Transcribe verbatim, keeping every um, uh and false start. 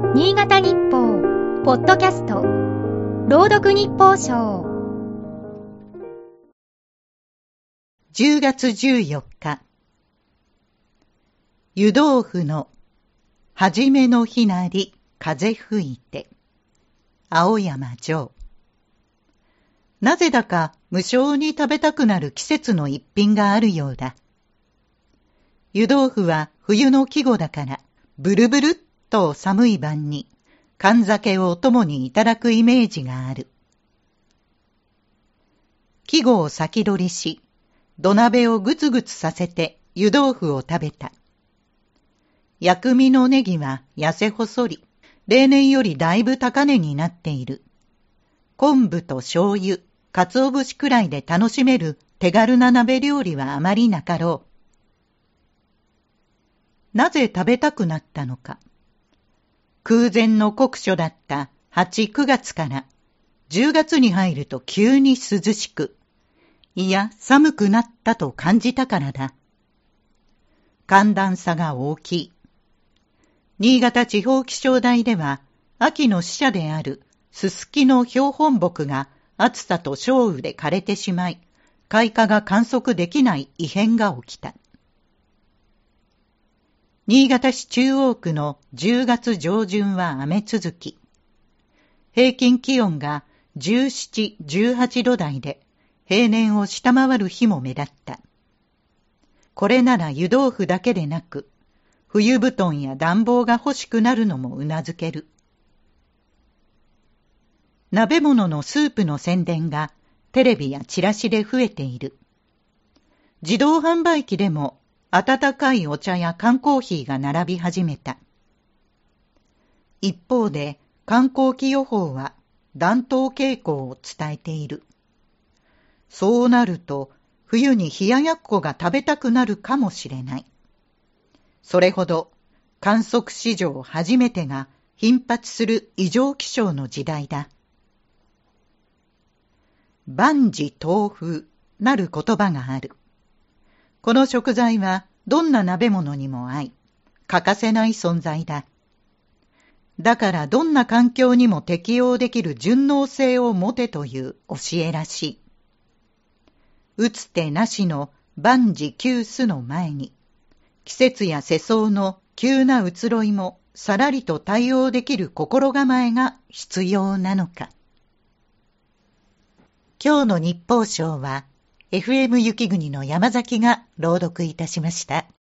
新潟日報ポッドキャスト朗読日報賞じゅうがつじゅうよっか、湯豆腐のはじめの日なり風吹いて、青山城。なぜだか無性に食べたくなる季節の一品があるようだ。湯豆腐は冬の季語だから、ブルブルっと寒い晩に燗酒をお供にいただくイメージがある。季語を先取りし、土鍋をぐつぐつさせて湯豆腐を食べた。薬味のネギは痩せ細り、例年よりだいぶ高値になっている。昆布と醤油、鰹節くらいで楽しめる手軽な鍋料理はあまりなかろう。なぜ食べたくなったのか。空前の酷暑だったはち、くがつからじゅうがつに入ると急に涼しく、いや寒くなったと感じたからだ。寒暖差が大きい。新潟地方気象台では、秋の使者であるススキの標本木が暑さと少雨で枯れてしまい、開花が観測できない異変が起きた。新潟市中央区のじゅうがつ上旬は雨続き。平均気温がじゅうなな、じゅうはちど台で、平年を下回る日も目立った。これなら湯豆腐だけでなく、冬布団や暖房が欲しくなるのもうなずける。鍋物のスープの宣伝がテレビやチラシで増えている。自動販売機でも温かいお茶や缶コーヒーが並び始めた。一方で寒候期予報は暖冬傾向を伝えている。そうなると冬に冷ややっこが食べたくなるかもしれない。それほど観測史上初めてが頻発する異常気象の時代だ。万事豆腐なる言葉がある。この食材はどんな鍋物にも合い、欠かせない存在だ。だからどんな環境にも適応できる順応性を持てという教えらしい。打つ手なしの万事休すの前に、季節や世相の急な移ろいもさらりと対応できる心構えが必要なのか。今日の日報賞は エフエム 雪国の山崎が朗読いたしました。